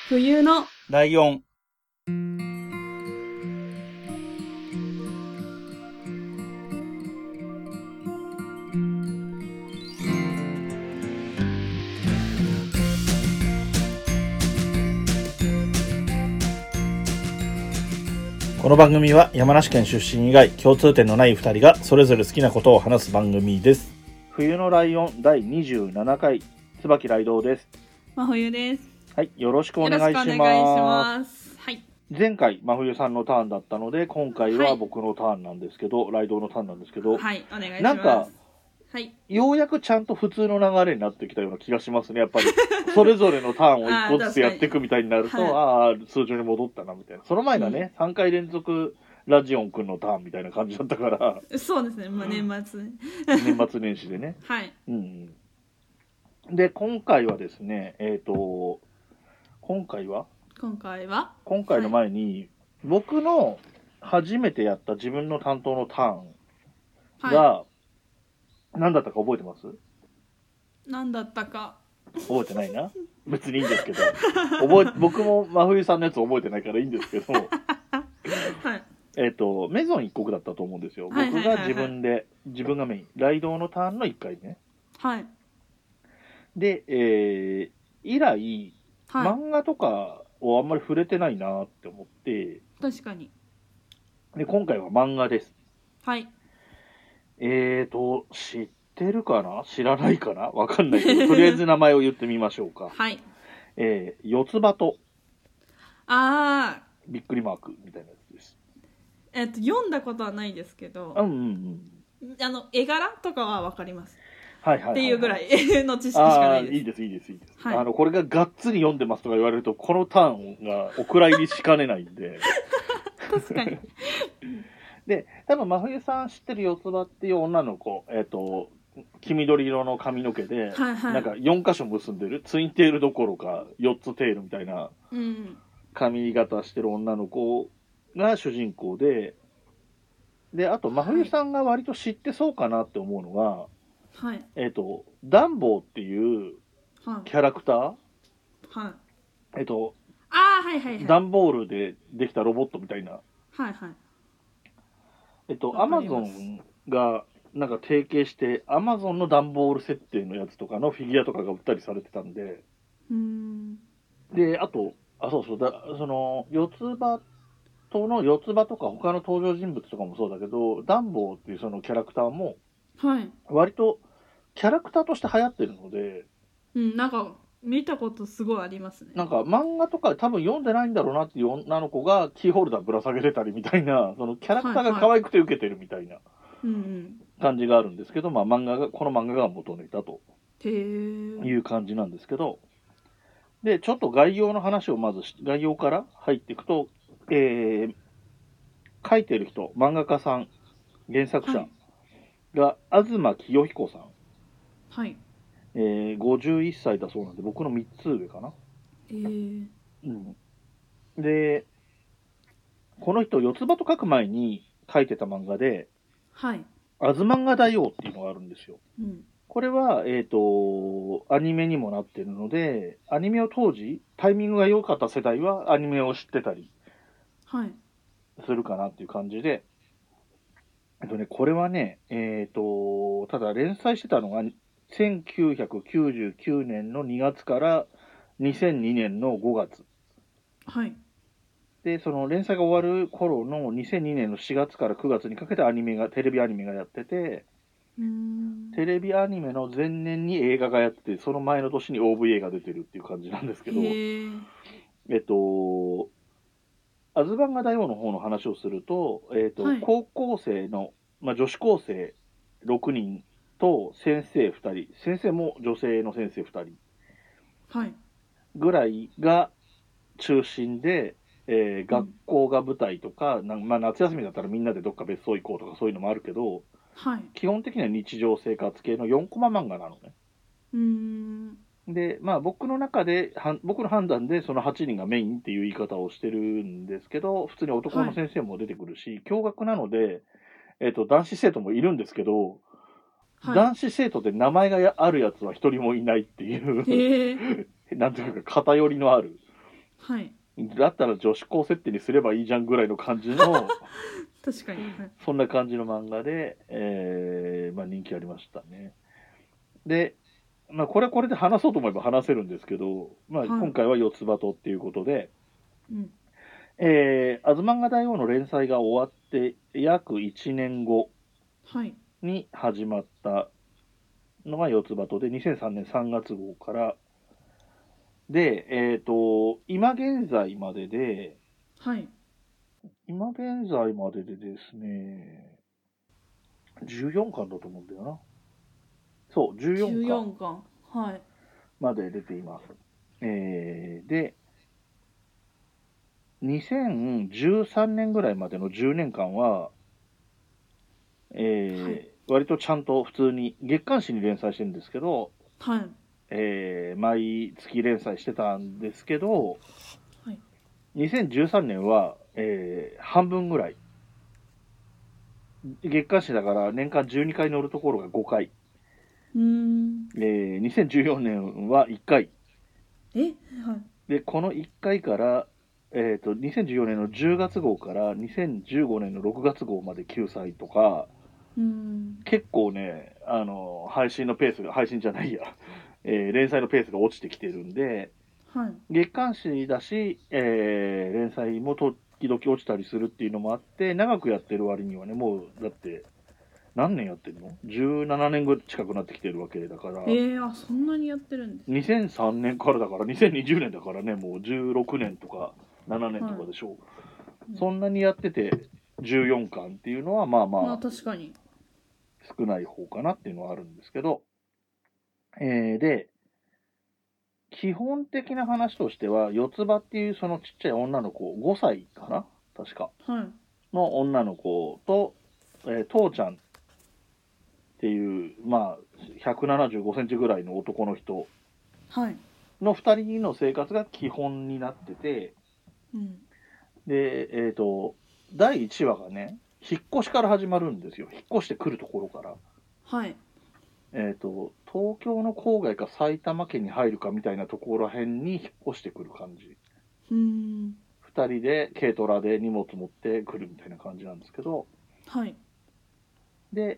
冬のライオン。この番組は山梨県出身以外共通点のない2人がそれぞれ好きなことを話す番組です。冬のライオン第27回椿ライドウです。 真冬です。 はい、よろしくお願いします。 はい。 前回真冬さんのターンだったので今回は僕のターンなんですけど、ライドウのターンなんですけど、 はい、お願いします。 なんか、 はい、 ようやくちゃんと普通の流れになってきたような気がしますね。やっぱりそれぞれのターンを1個ずつやっていくみたいになると通常に戻ったなみたいな。その前がね、3回連続ラジオンくんのターンみたいな感じだったからそうですね、まあ、年末年末年始でね。 はい、 で今回はですね今回の前に、僕の初めてやった自分の担当のターンが、何だったか覚えてます？ 何だったか覚えてないな。別にいいんですけど僕も真冬さんのやつ覚えてないからいいんですけどメゾン一国だったと思うんですよ。僕が自分がメイン、ライドウのターンの1回目。 はい。 で、以来、漫画とかをあんまり触れてないなって思って。 確かに。 で、今回は漫画です。 はい。 知ってるかな？知らないかな？わかんないけど、とりあえず名前を言ってみましょうか。 はい。 四つ葉と。びっくりマークみたいなやつです。 読んだことはないですけど、絵柄とかはわかります。っていうぐらいの知識しかないです。 いいです。はい、これががっつり読んでますとか言われると、このターンがお蔵入りしかねないんで。 確かに。 で、多分真冬さん知ってる四つ葉っていう女の子、黄緑色の髪の毛で、なんか4箇所結んでる、ツインテールどころか4つテールみたいな髪型してる女の子が主人公で、あと真冬さんが割と知ってそうかなって思うのが、ダンボーっていうキャラクター、ダンボールでできたロボットみたいな、アマゾンがなんか提携して、アマゾンのダンボール設定のやつとかのフィギュアとかが売ったりされてたんで、で、あと、その、四つ葉とか他の登場人物とかもそうだけど、ダンボーっていうそのキャラクターも、割とキャラクターとして流行ってるので、 なんか見たことすごいありますね。 なんか漫画とか多分読んでないんだろうなっていう女の子がキーホルダーぶら下げてたりみたいな、そのキャラクターが可愛くて受けてるみたいな感じがあるんですけど、まあこの漫画が元ネタという感じなんですけど、で、ちょっと概要の話をまず、概要から入っていくと、書いてる人、漫画家さん、原作者が、東清彦さん。 はい。 51歳だそうなんで、僕の3つ上かな。で、この人、四つ葉と書く前に書いてた漫画で、アズマンガ大王っていうのがあるんですよ。これは、アニメにもなってるので、アニメを当時、タイミングが良かった世代はアニメを知ってたりするかなっていう感じで、これはね、ただ連載してたのが、1999年の2月から2002年の5月。で、その連載が終わる頃の2002年の4月から9月にかけてテレビアニメがやってて、テレビアニメの前年に映画がやってて、その前の年に OVA が出てるっていう感じなんですけど、アズマンガ大王の方の話をすると、高校生の、女子高生6人と先生2人、先生も女性の先生2人ぐらいが中心で、学校が舞台とか、夏休みだったらみんなでどっか別荘行こうとかそういうのもあるけど、基本的には日常生活系の4コマ漫画なのね。で、僕の判断でその8人がメインっていう言い方をしてるんですけど、普通に男の先生も出てくるし、共学なので、男子生徒もいるんですけど、男子生徒で名前があるやつは一人もいないっていうなんていうか偏りのあるはい。 だったら女子高設定にすればいいじゃんぐらいの感じの確かに、はい、 そんな感じの漫画で、まあ、人気ありましたね。で、まあ、これはこれで話そうと思えば話せるんですけど、まあ、今回は四つ葉とっていうことで、 うん、 アズマンガ大王の連載が終わって約1年後に始まったのが四つ葉とで、2003年3月号から、で、今現在までで、 はい。 今現在まででですね、14巻だと思うんだよな。そう、14 14 巻巻。はい。 まで出ています。で、2013年ぐらいまでの10年間は、 はい。 割とちゃんと普通に月刊誌に連載してるんですけど、 はい。 毎月連載してたんですけど、 はい。 2013年は、半分ぐらい。月刊誌だから年間12回載るところが5回。2014年は1回。 はい。 で、この1回から、2014年の10月号から2015年の6月号まで9歳とか、結構ね、配信のペースが、配信じゃないや、連載のペースが落ちてきてるんで、 はい。 月刊誌だし、連載も時々落ちたりするっていうのもあって、長くやってる割にはね、もう、だって、何年やってるの ?17 年ぐらい近くなってきてるわけだから、 あ、そんなにやってるんですね。 2003年からだから、2020年だからね、もう16年とか7年とかでしょう。はい、そんなにやってて、14巻っていうのは、まあまあ、 まあ確かに。 少ない方かなっていうのはあるんですけど、で、基本的な話としては、四つ葉っていうそのちっちゃい女の子、5歳かな確か。 はい。 の女の子と、父ちゃんっていう、まあ、175センチぐらいの男の人の2人の生活が基本になってて、うん、で、第1話がね、引っ越しから始まるんですよ。引っ越してくるところから。 はい。 東京の郊外か埼玉県に入るかみたいなところら辺に引っ越してくる感じ。2人で軽トラで荷物持ってくるみたいな感じなんですけど、 はい。 で、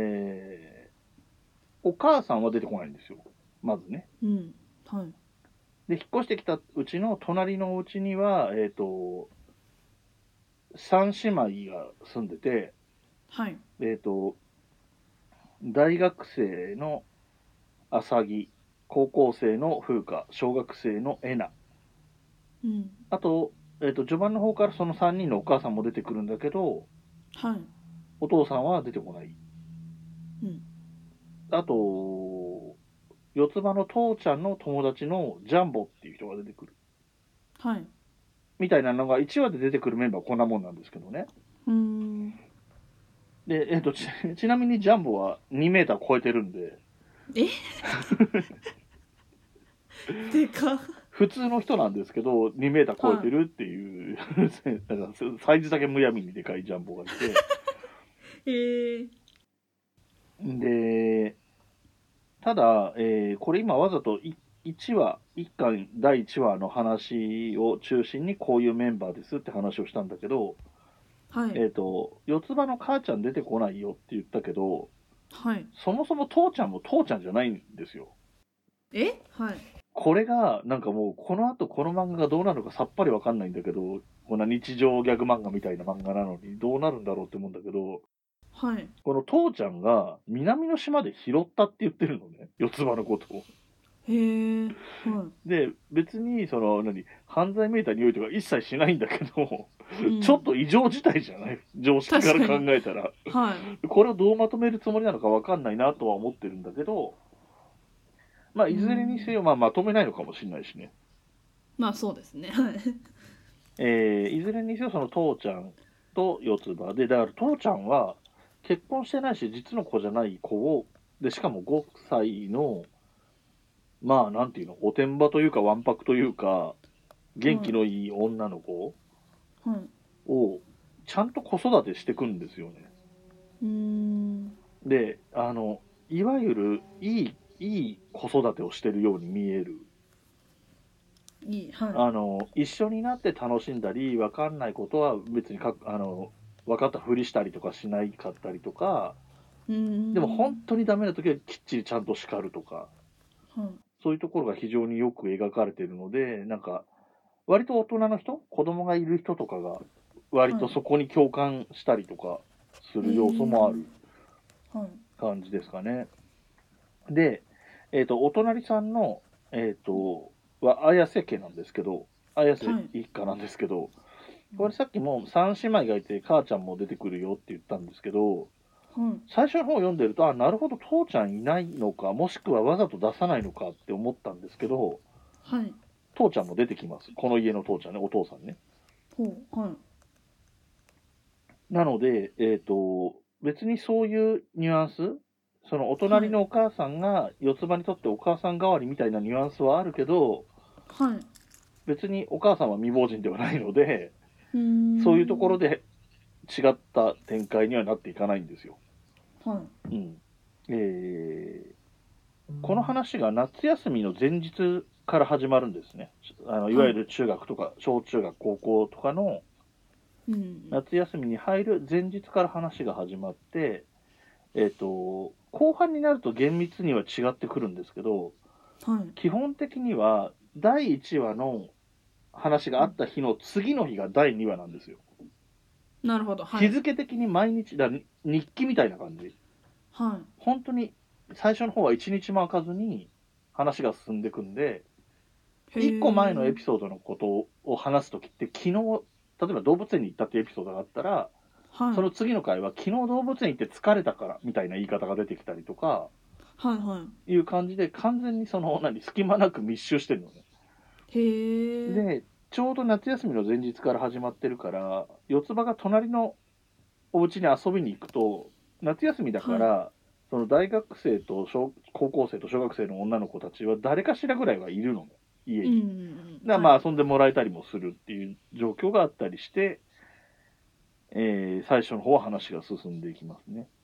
お母さんは出てこないんですよ。まずね。はい。で、引っ越してきたうちの隣のお家には、3姉妹が住んでて、はい。大学生の浅木、高校生の風花、小学生のえな。あと、序盤の方からその3人のお母さんも出てくるんだけど、はい。お父さんは出てこない。あと、四つ葉の父ちゃんの友達のジャンボっていう人が出てくる。はい。みたいなのが1話で出てくるメンバーはこんなもんなんですけどね。で、ちなみにジャンボは2メーター超えてるんで。でか普通の人なんですけど、2メーター超えてるっていう、はい、サイズだけむやみにでかいジャンボがいて。で、ただ、これ今わざと1話、1巻第1話の話を中心にこういうメンバーですって話をしたんだけど、はい、四つ葉の母ちゃん出てこないよって言ったけど、はい、そもそも父ちゃんも父ちゃんじゃないんですよ。はい。これが、なんかもう、この後この漫画がどうなるかさっぱりわかんないんだけど、こんな日常ギャグ漫画みたいな漫画なのにどうなるんだろうって思うんだけど、はい。この父ちゃんが南の島で拾ったって言ってるのね、四つ葉のことを。へえ。はい。で、別に、犯罪めいた匂いとか一切しないんだけど、ちょっと異常事態じゃない常識から考えたら。はい。これをどうまとめるつもりなのかわかんないなとは思ってるんだけど、まあ、いずれにせよ、まあ、まとめないのかもしれないしね。 まあ、そうですね。はい。 いずれにせよ、その父ちゃんと四つ葉で、だから父ちゃんは結婚してないし、実の子じゃない子を、で、しかも5歳の、まあ、なんていうの、おてんばというか、わんぱくというか、元気のいい女の子を、ちゃんと子育てしてくんですよね。で、いわゆるいい子育てをしてるように見える。 一緒になって楽しんだり、分かんないことは別に分かったふりしたりとかしないかったりとか、でも本当にダメな時はきっちりちゃんと叱るとか、そういうところが非常によく描かれているので、なんか、割と大人の人、子供がいる人とかが、割とそこに共感したりとかする要素もある感じですかね。で、お隣さんの、は綾瀬家なんですけど、綾瀬一家なんですけど、これさっきも3姉妹がいて、母ちゃんも出てくるよって言ったんですけど、最初の方読んでると、なるほど、父ちゃんいないのか、もしくはわざと出さないのかって思ったんですけど、父ちゃんも出てきます。この家の父ちゃんね、お父さんね。なので、別にそういうニュアンス、そのお隣のお母さんが四つ葉にとってお母さん代わりみたいなニュアンスはあるけど、別にお母さんは未亡人ではないので、そういうところで違った展開にはなっていかないんですよ。この話が夏休みの前日から始まるんですね。いわゆる中学とか小中学高校とかの夏休みに入る前日から話が始まって、後半になると厳密には違ってくるんですけど、基本的には第1話の話があった日の次の日が第2話なんですよ。 なるほど。 日付的に毎日日記みたいな感じ。本当に最初の方は1日も開かずに話が進んでいくんで、1個前のエピソードのことを話すときって昨日、例えば動物園に行ったってエピソードがあったら、その次の回は昨日動物園行って疲れたからみたいな言い方が出てきたりとか、いう感じで完全に隙間なく密集してるのね。で、ちょうど夏休みの前日から始まってるから、四つ葉が隣のお家に遊びに行くと、夏休みだから、その大学生と高校生と小学生の女の子たちは誰かしらぐらいはいるのね、家に。だから遊んでもらえたりもするっていう状況があったりして、最初の方は話が進んでいきますね。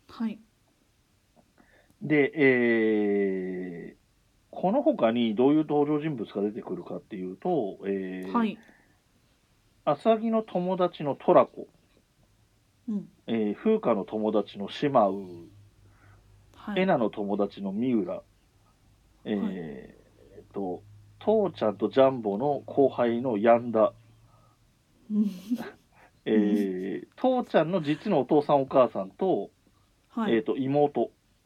で、この他にどういう登場人物が出てくるかっていうと、浅木の友達のトラコ、風花の友達のシマウ、エナの友達のミウラ、父ちゃんとジャンボの後輩のヤンダ、父ちゃんの実のお父さんお母さんと、妹、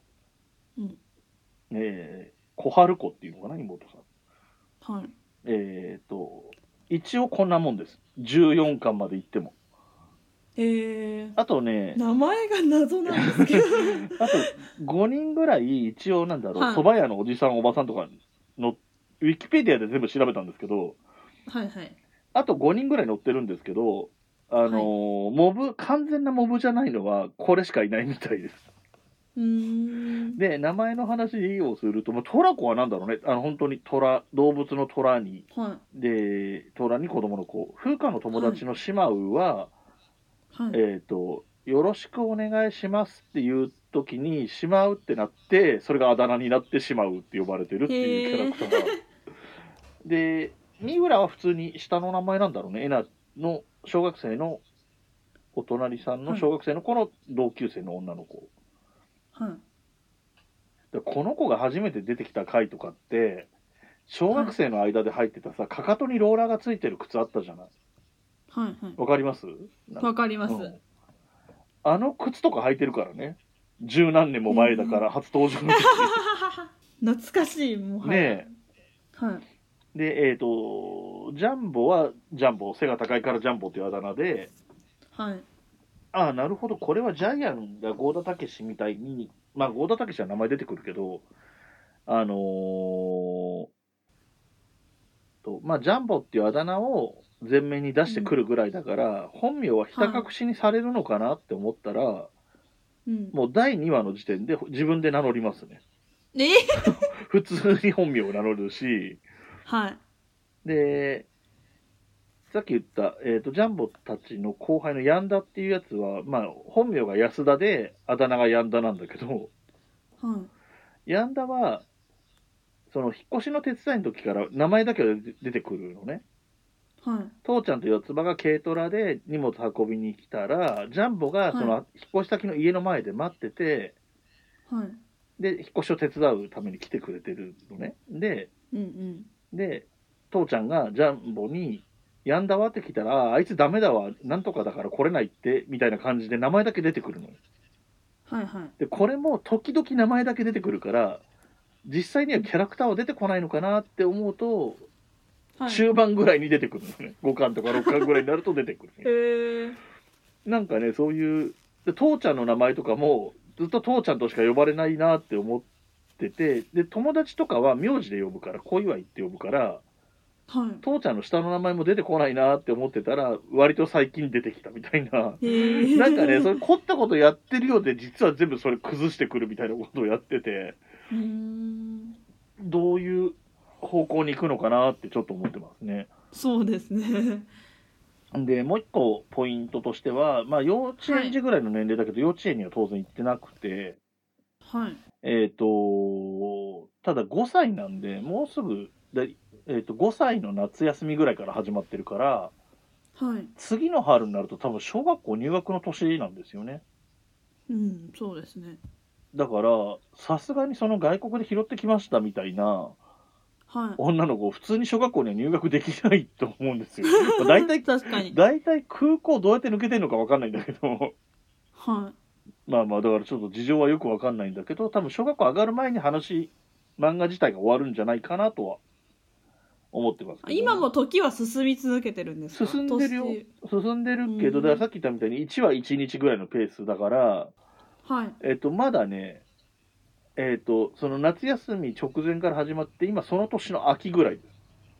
小春子っていうのかな、妹さん。一応こんなもんです。14巻まで行っても。あとね、 名前が謎なんですけどあと5人ぐらい一応蕎麦屋のおじさんおばさんとかのウィキペディアで全部調べたんですけど、あと5人ぐらい載ってるんですけど、完全なモブじゃないのはこれしかいないみたいです。で、名前の話をすると、トラコは何だろうね、本当に動物の虎に、で、虎に子供の子、風花の友達のシマウは、よろしくお願いしますっていう時に、しまうってなって、それがあだ名になってしまうって呼ばれてるっていうキャラクターが。で、三浦は普通に下の名前なんだろうね。エナの小学生のお隣さんの小学生の子の同級生の女の子。この子が初めて出てきた回とかって、小学生の間で入ってたさ、かかとにローラーがついてる靴あったじゃない。わかります？ わかります。 あの靴とか履いてるからね。十何年も前だから初登場の時。 懐かしい、もはや。 ねえ。で、ジャンボはジャンボ、背が高いからジャンボというあだ名で、なるほど、これはジャイアンが郷田武史みたいに、郷田武史は名前出てくるけど、ジャンボっていうあだ名を前面に出してくるぐらいだから、本名はひた隠しにされるのかなって思ったら、もう第2話の時点で自分で名乗りますね。普通に本名を名乗るし、で、さっき言った、ジャンボたちの後輩のヤンダっていうやつは、本名が安田で、あだ名がヤンダなんだけど、ヤンダは、 その引っ越しの手伝いの時から名前だけは出てくるのね。 はい。 父ちゃんと四つ葉が軽トラで荷物運びに来たら、ジャンボがその引っ越し先の家の前で待ってて、 はい。 で、引っ越しを手伝うために来てくれてるのね。で、で、父ちゃんがジャンボに、やんだわって来たら、あいつダメだわ、なんとかだから来れないって、みたいな感じで名前だけ出てくるのよ。 はいはい。 で、これも時々名前だけ出てくるから、実際にはキャラクターは出てこないのかなって思うと、中盤ぐらいに出てくるのね。5巻とか6巻ぐらいになると出てくる、ね。 へえ。 なんかね、そういう、で父ちゃんの名前とかも、ずっと父ちゃんとしか呼ばれないなって思ってて、で、友達とかは名字で呼ぶから、小祝って呼ぶから、 はい、 父ちゃんの下の名前も出てこないなって思ってたら、割と最近出てきたみたいな。なんかね、それ凝ったことやってるようで、実は全部それ崩してくるみたいなことをやってて、どういう方向に行くのかなってちょっと思ってますね。 そうですね。 で、もう一個ポイントとしては、まあ幼稚園児ぐらいの年齢だけど、幼稚園には当然行ってなくて、 はい。 ただ5歳なんで、もうすぐ5歳の夏休みぐらいから始まってるから、 はい。 次の春になると多分小学校入学の年なんですよね。 うん、そうですね。 だから、さすがにその外国で拾ってきましたみたいな、 はい、 女の子、普通に小学校には入学できないと思うんですよ。大体、 確かに。 大体空港どうやって抜けてるのか分かんないんだけど、 はい。 まあまあ、だからちょっと事情はよく分かんないんだけど、多分小学校上がる前に漫画自体が終わるんじゃないかなとは思ってますけど、ね、 今も時は進み続けてるんですか？ 進んでるよ。進んでるけど、だからさっき言ったみたいに1話1日ぐらいのペースだから、 はい。 まだね、その夏休み直前から始まって、今その年の秋ぐらいです。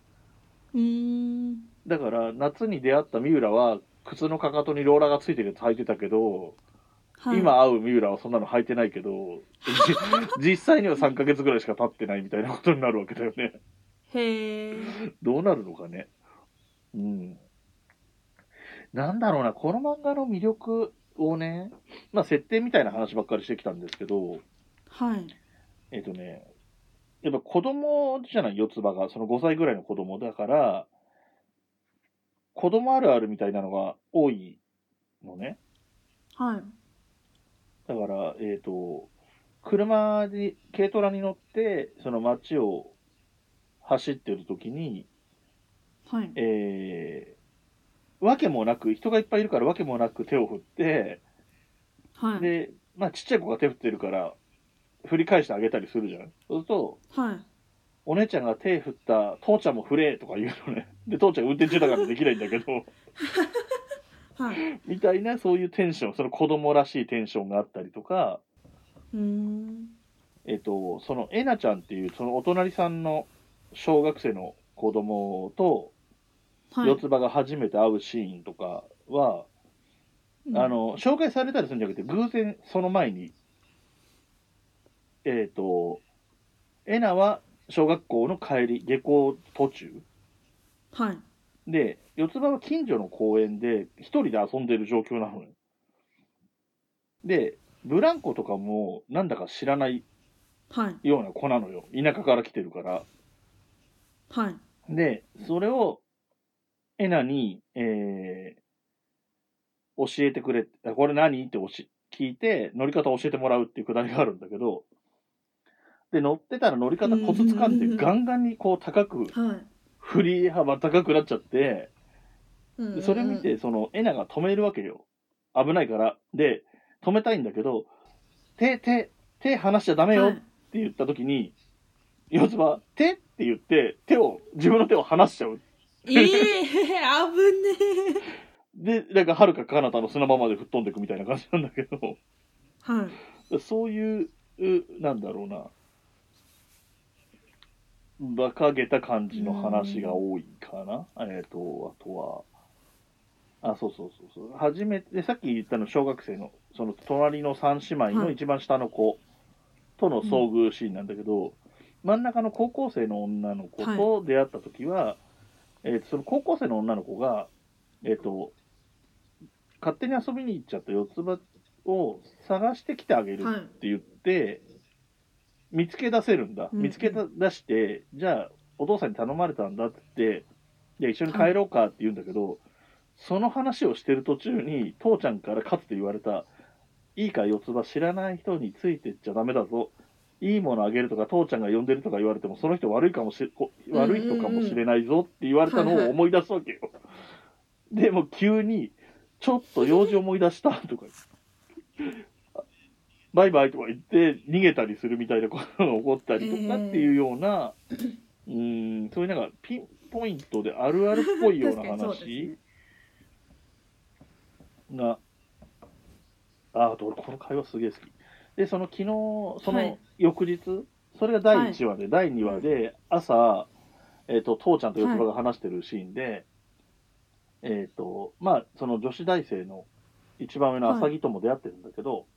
だから夏に出会った三浦は靴のかかとにローラーがついてるやつ履いてたけど、はい、今会う三浦はそんなの履いてないけど実際には3ヶ月ぐらいしか経ってないみたいなことになるわけだよね。 へえ。 どうなるのかね。うん。なんだろうな、この漫画の魅力をね、まあ設定みたいな話ばっかりしてきたんですけど、 はい。 やっぱ子供じゃない、四つ葉が、その5歳ぐらいの子供だから、子供あるあるみたいなのが多いのね。 はい。 だから、車に、軽トラに乗って、その街を走ってる時に、 はい。 わけもなく、人がいっぱいいるからわけもなく手を振って、 はい。 で、まあちっちゃい子が手振ってるから、振り返してあげたりするじゃん。そうすると、 はい。 お姉ちゃんが手振った、父ちゃんも振れとか言うのね。で、父ちゃん運転中だからできないんだけど、はい、みたいな、そういうテンション、その子供らしいテンションがあったりとか、そのえなちゃんっていう、そのお隣さんの小学生の子供と、四つ葉が初めて会うシーンとかは、紹介されたりするんじゃなくて、偶然その前に、えなは小学校の帰り、下校途中。はい。で、四つ葉は近所の公園で一人で遊んでる状況なのよ。で、ブランコとかもなんだか知らないような子なのよ。田舎から来てるから。はい。で、それをえなに、教えてくれ、これ何って聞いて、乗り方教えてもらうっていうくだりがあるんだけど、で、乗ってたら乗り方コツつかんで、ガンガンにこう高く、振り幅高くなっちゃって、でそれ見て、その、エナが止めるわけよ。危ないから。で、止めたいんだけど、手離しちゃダメよって言った時に、四つ葉、手って言って、自分の手を離しちゃう。 危ねえ。で、なんか、はるか彼方の砂場まで吹っ飛んでいくみたいな感じなんだけど、 はい。 そういう、なんだろうな、馬鹿げた感じの話が多いかな。あとは、そう。初めて、さっき言ったの小学生の、その隣の三姉妹の一番下の子との遭遇シーンなんだけど、真ん中の高校生の女の子と出会った時は、その高校生の女の子が、勝手に遊びに行っちゃった四つ葉を探してきてあげるって言って、 見つけ出せるんだ。見つけ出して、じゃあ、お父さんに頼まれたんだって言って、じゃあ一緒に帰ろうかって言うんだけど、その話をしてる途中に、父ちゃんからかつて言われた、いいか四つ葉、知らない人についてっちゃダメだぞ。いいものあげるとか、父ちゃんが呼んでるとか言われても、その人悪い人かもしれないぞって言われたのを思い出すわけよ。でも急に、ちょっと用事思い出したとか、バイバイとか言って逃げたりするみたいなことが起こったりとかっていうような、そういうなんかピンポイントであるあるっぽいような話が、あと俺この会話すげえ好き。で、その昨日、その翌日、それが第1話で、第2話で、朝、父ちゃんと四つ葉が話してるシーンで、まあ、その女子大生の一番上の浅木とも出会ってるんだけど、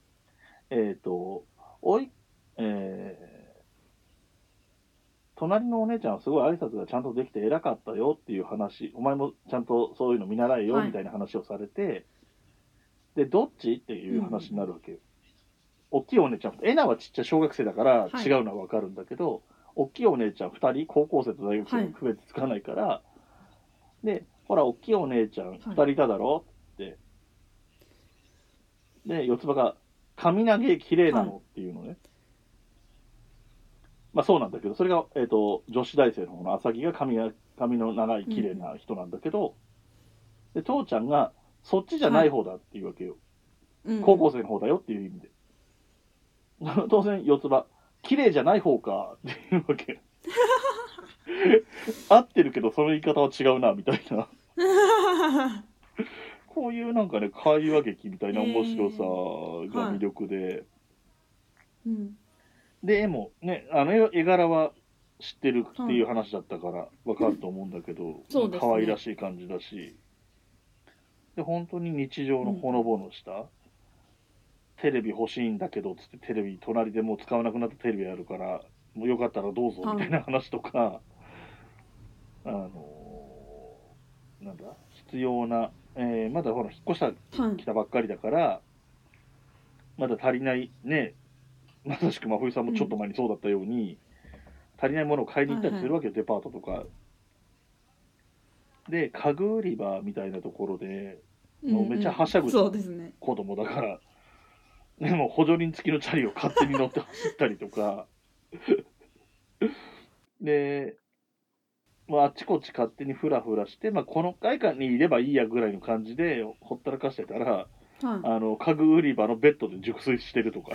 隣のお姉ちゃんはすごい挨拶がちゃんとできて偉かったよっていう話、お前もちゃんとそういうの見習えよみたいな話をされて、で、どっちっていう話になるわけよ。大きいお姉ちゃん、エナはちっちゃい小学生だから違うのはわかるんだけど、大きいお姉ちゃん2人、高校生と大学生の区別つかないから、で、ほら、大きいお姉ちゃん2人いただろって、で、四つ葉が、髪投げ綺麗なのっていうのね。まあそうなんだけど、それが、女子大生の方の浅木が髪の長い綺麗な人なんだけど、で、父ちゃんが、そっちじゃない方だっていうわけよ。高校生の方だよっていう意味で。当然、四つ葉、綺麗じゃない方かっていうわけ。合ってるけど、その言い方は違うな、みたいな。こういうなんかね、会話劇みたいな面白さが魅力で。で、絵もね、絵柄は知ってるっていう話だったからわかると思うんだけど、可愛らしい感じだし。で、本当に日常のほのぼのした、テレビ欲しいんだけど、つってテレビ、隣でもう使わなくなったテレビあるから、もうよかったらどうぞみたいな話とか、なんだ、必要な、まだほら、引っ越来たばっかりだから、まだ足りないね、まさしく真冬さんもちょっと前にそうだったように、足りないものを買いに行ったりするわけよ、デパートとか。で、家具売り場みたいなところで、もうめっちゃはしゃぐ子供だから、でも補助輪付きのチャリを勝手に乗って走ったりとか、で、まあ、あっちこっち勝手にフラフラして、まあ、この会館にいればいいやぐらいの感じでほったらかしてたら、家具売り場のベッドで熟睡してるとかね。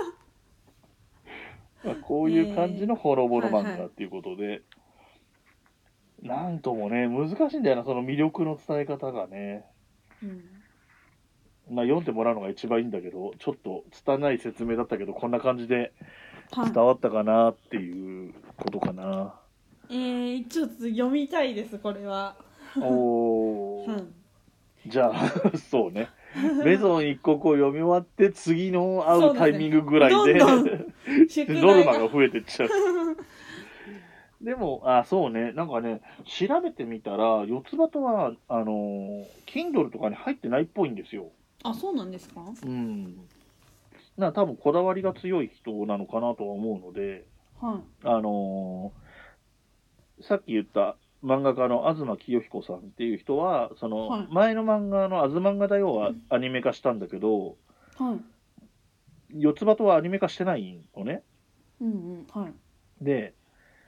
まあこういう感じのほのぼの漫画っていうことで、なんともね、難しいんだよな、その魅力の伝え方がね。まあ読んでもらうのが一番いいんだけど、ちょっと拙い説明だったけど、こんな感じで伝わったかなっていうことかな。 ちょっと読みたいです、これは。 おー。じゃあ、そうね。メゾン一国を読み終わって、次の会うタイミングぐらいで、ノルマが増えてっちゃう。でも、そうね。なんかね、調べてみたら、四つ葉とは、Kindle とかに入ってないっぽいんですよ。 あ、そうなんですか？ うん。多分こだわりが強い人なのかなとは思うので、さっき言った漫画家の東清彦さんっていう人は、その前の漫画の「あず漫画だよ」はアニメ化したんだけど、四つ葉とはアニメ化してないのね。で、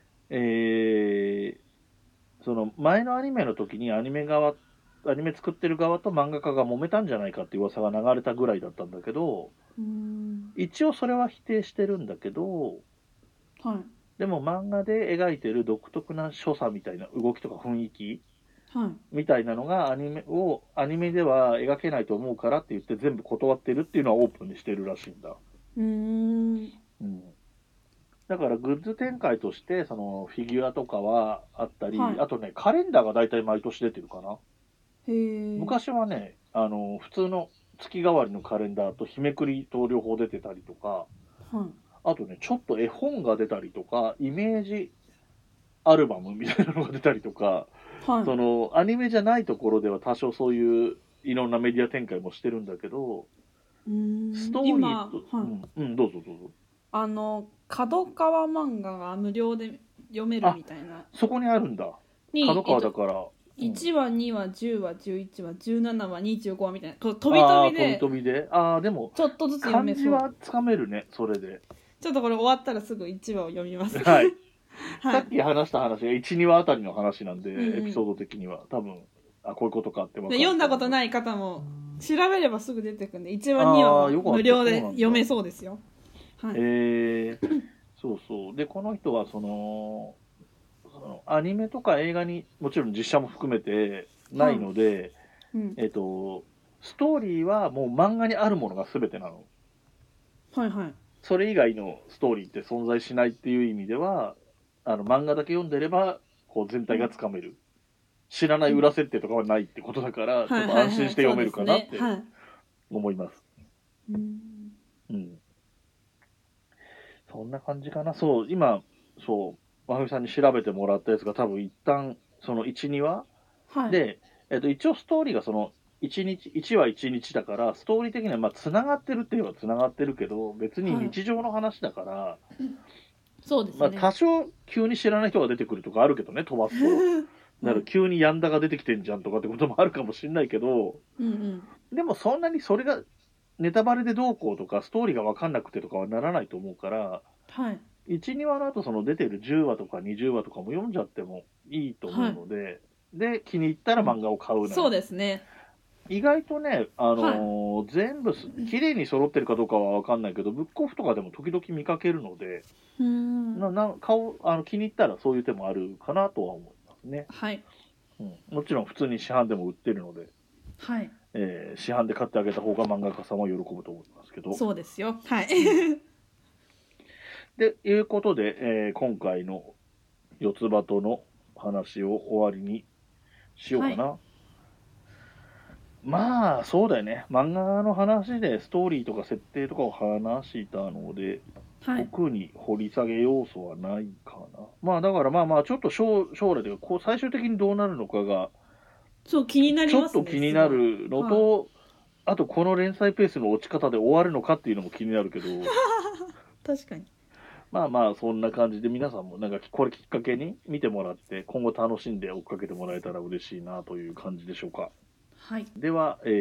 その前のアニメの時にアニメ作ってる側と漫画家が揉めたんじゃないかっていう噂が流れたぐらいだったんだけど、一応それは否定してるんだけど、でも漫画で描いてる独特な所作みたいな動きとか雰囲気みたいなのがアニメでは描けないと思うからって言って全部断ってるっていうのはオープンにしてるらしいんだ。だからグッズ展開としてそのフィギュアとかはあったり、あとねカレンダーが大体毎年出てるかな。昔はね普通の月替わりのカレンダーと日めくりと両方出てたりとか、あとねちょっと絵本が出たりとかイメージアルバムみたいなのが出たりとか、そのアニメじゃないところでは多少そういういろんなメディア展開もしてるんだけど、ストーリーと、どうぞどうぞ。 角川漫画が無料で読めるみたいな。 そこにあるんだ。角川だから、 1話2話10話11話17話25話みたいな飛び飛びで。 飛び飛びで。でもちょっとずつ読めそう。 漢字はつかめるね、それで。 ちょっとこれ終わったらすぐ1話を読みます。 はい。さっき話した話が1、2話あたりの話なんで、エピソード的には多分こういうことかって分かる。 読んだことない方も調べればすぐ出てくるんで、1話2話は無料で読めそうですよ。 はい、そうそう。でこの人はそのアニメとか映画にもちろん実写も含めてないので、ストーリーはもう漫画にあるものが全てなの。 はいはい。 それ以外のストーリーって存在しないっていう意味では、漫画だけ読んでればこう全体がつかめる、知らない裏設定とかはないってことだから、ちょっと安心して読めるかなって思います。そんな感じかな。そう、今真冬さんに調べてもらったやつが多分一旦その 1,2 話、で、一応ストーリーがその1話1日だから、ストーリー的にはつながってるって言えばつながってるけど、別に日常の話だから、 そうですね。 多少急に知らない人が出てくるとかあるけどね、飛ばすと。だから急にヤンダが出てきてんじゃんとかってこともあるかもしれないけど、でもそんなにそれがネタバレでどうこうとかストーリーが分かんなくてとかはならないと思うから、1、2話の後その出てる10話とか20話とかも読んじゃってもいいと思うので、で気に入ったら漫画を買うそうですね。 意外とね、全部綺麗に揃ってるかどうかは分かんないけど、ブックオフとかでも時々見かけるので、気に入ったらそういう手もあるかなとは思いますね。もちろん普通に市販でも売ってるので、市販で買ってあげた方が漫画家さんは喜ぶと思いますけど。 そうですよ。はい。 でいうことで、今回の四つ葉との話を終わりにしようかな。まあそうだよね、漫画の話でストーリーとか設定とかを話したので、特に掘り下げ要素はないかな。だからちょっと将来で最終的にどうなるのかが気になりますね。 ちょっと気になるのと、あとこの連載ペースの落ち方で終わるのかっていうのも気になるけど確かにそんな感じで皆さんもなんかこれきっかけに見てもらって今後楽しんで追っかけてもらえたら嬉しいなという感じでしょうか。では、メ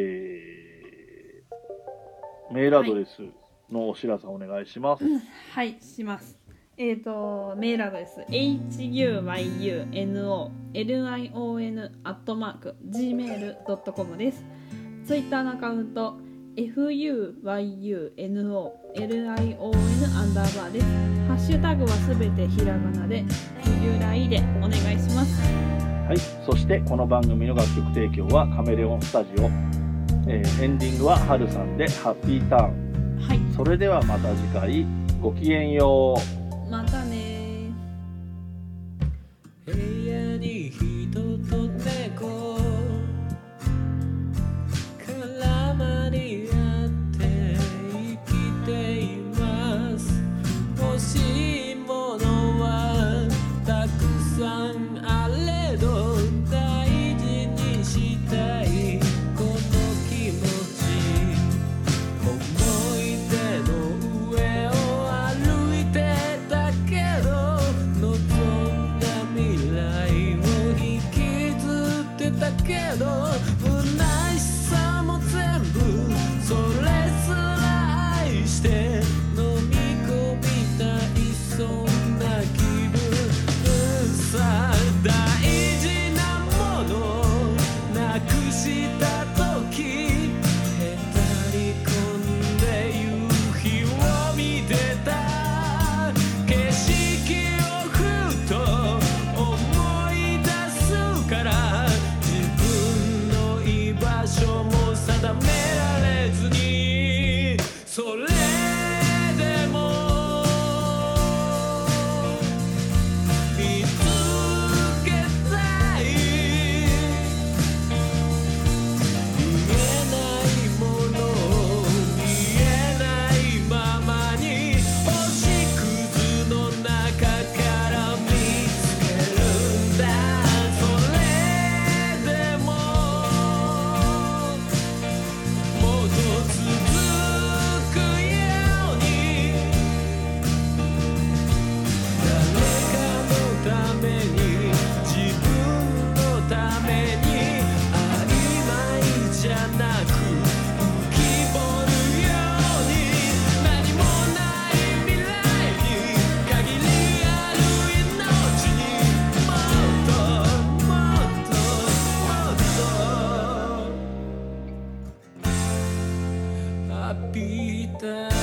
ールアドレスのお知らせお願いします。 します。メールアドレス huyunolion@gmail.com です。ツイッターのアカウント fuyunolion_です。ハッシュタグはすべてひらがなで冬来でお願いします。 そしてこの番組の楽曲提供はカメレオンスタジオ、エンディングはハルさんでハッピーターン。それではまた次回、ごきげんよう。 またね。 部屋に人と猫絡まり合って生きています。欲しいものはたくさんあれど大事にしたいこの気持ち、思い出の上を歩いてたけど望んだ未来を引きずってたけど、不悔しさも全部それすら愛して飲み込みたい、そんな気分さ。大事なものなくした時、へたり込んで夕日を見てた。景色をふと思い出すから、自分の居場所た